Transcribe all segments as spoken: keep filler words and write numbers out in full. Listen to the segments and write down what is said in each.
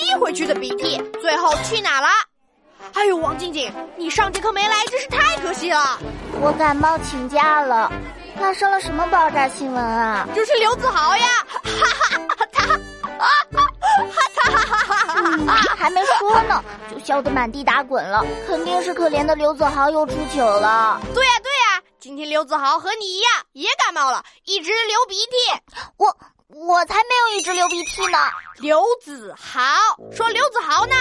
回去的鼻涕最后去哪了？哎呦，王静静，你上节课没来，真是太可惜了。 我感冒请假了。发生了什么爆炸新闻啊？ 就是刘子豪呀！哈哈，他，啊哈哈哈哈哈哈！ 还没说呢，就笑得满地打滚了。肯定是可怜的刘子豪又出糗了。 对呀对呀，今天刘子豪和你一样也感冒了，一直流鼻涕。 我我才没有一直流鼻涕呢。 刘子豪说刘子豪呢？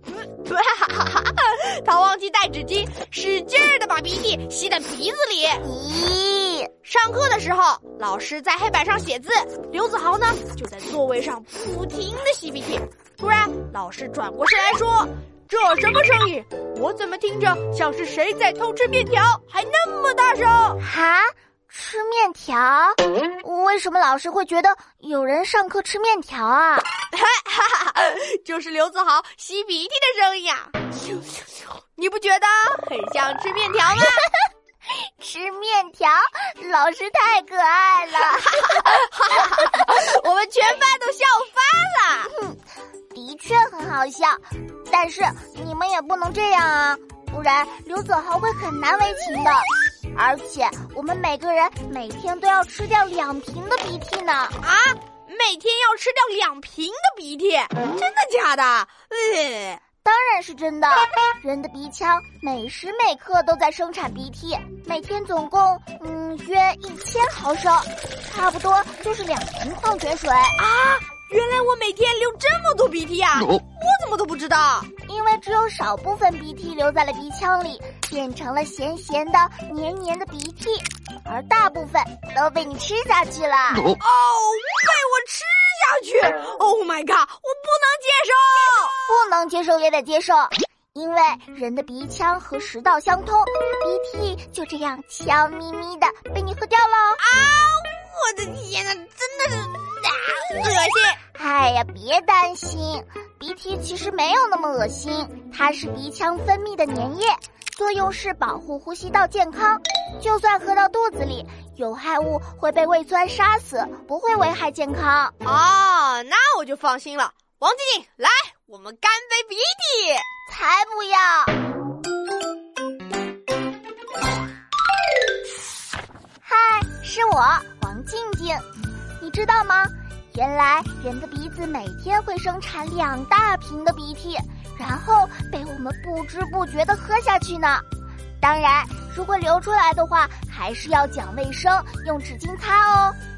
他忘记带纸巾，使劲儿的把鼻涕吸在鼻子里。 咦， 上课的时候，老师在黑板上写字，刘子豪呢就在座位上不停的吸鼻涕。突然，老师转过身来说：“这什么声音？我怎么听着像是谁在偷吃面条，还那么大声？” 哈？吃面条？为什么老师会觉得有人上课吃面条啊？ 哈哈，就是刘子豪吸鼻涕的声音啊！你不觉得很像吃面条吗？ 吃面条，老师太可爱了！ 我们全班都笑翻了。 嗯，的确很好笑，但是你们也不能这样啊，不然刘子豪会很难为情的。而且我们每个人每天都要吃掉两瓶的鼻涕呢！ 啊，每天要吃掉两瓶的鼻涕，真的假的？呃， 当然是真的。人的鼻腔每时每刻都在生产鼻涕，每天总共嗯约一千毫升，差不多就是两瓶矿泉水啊！原来我每天流这么多鼻涕啊！我怎么都不知道。 因为只有少部分鼻涕留在了鼻腔里，变成了咸咸的、黏黏的鼻涕，而大部分都被你吃下去了。 哦，被我吃下去 ！Oh my god！ 我不能接受， 不能接受也得接受，因为人的鼻腔和食道相通，鼻涕就这样悄咪咪的被你喝掉了。 啊！我的天哪，真的是啊，恶心！ 哎呀，别担心，鼻涕其实没有那么恶心，它是鼻腔分泌的粘液，作用是保护呼吸道健康。就算喝到肚子里，有害物会被胃酸杀死，不会危害健康。 哦，那我就放心了。王静静，来，我们干杯鼻涕！ 才不要！嗨，是我，王静静。你知道吗？原来人的鼻子每天会生产两大瓶的鼻涕，然后被我们不知不觉地喝下去呢。当然，如果流出来的话，还是要讲卫生，用纸巾擦哦。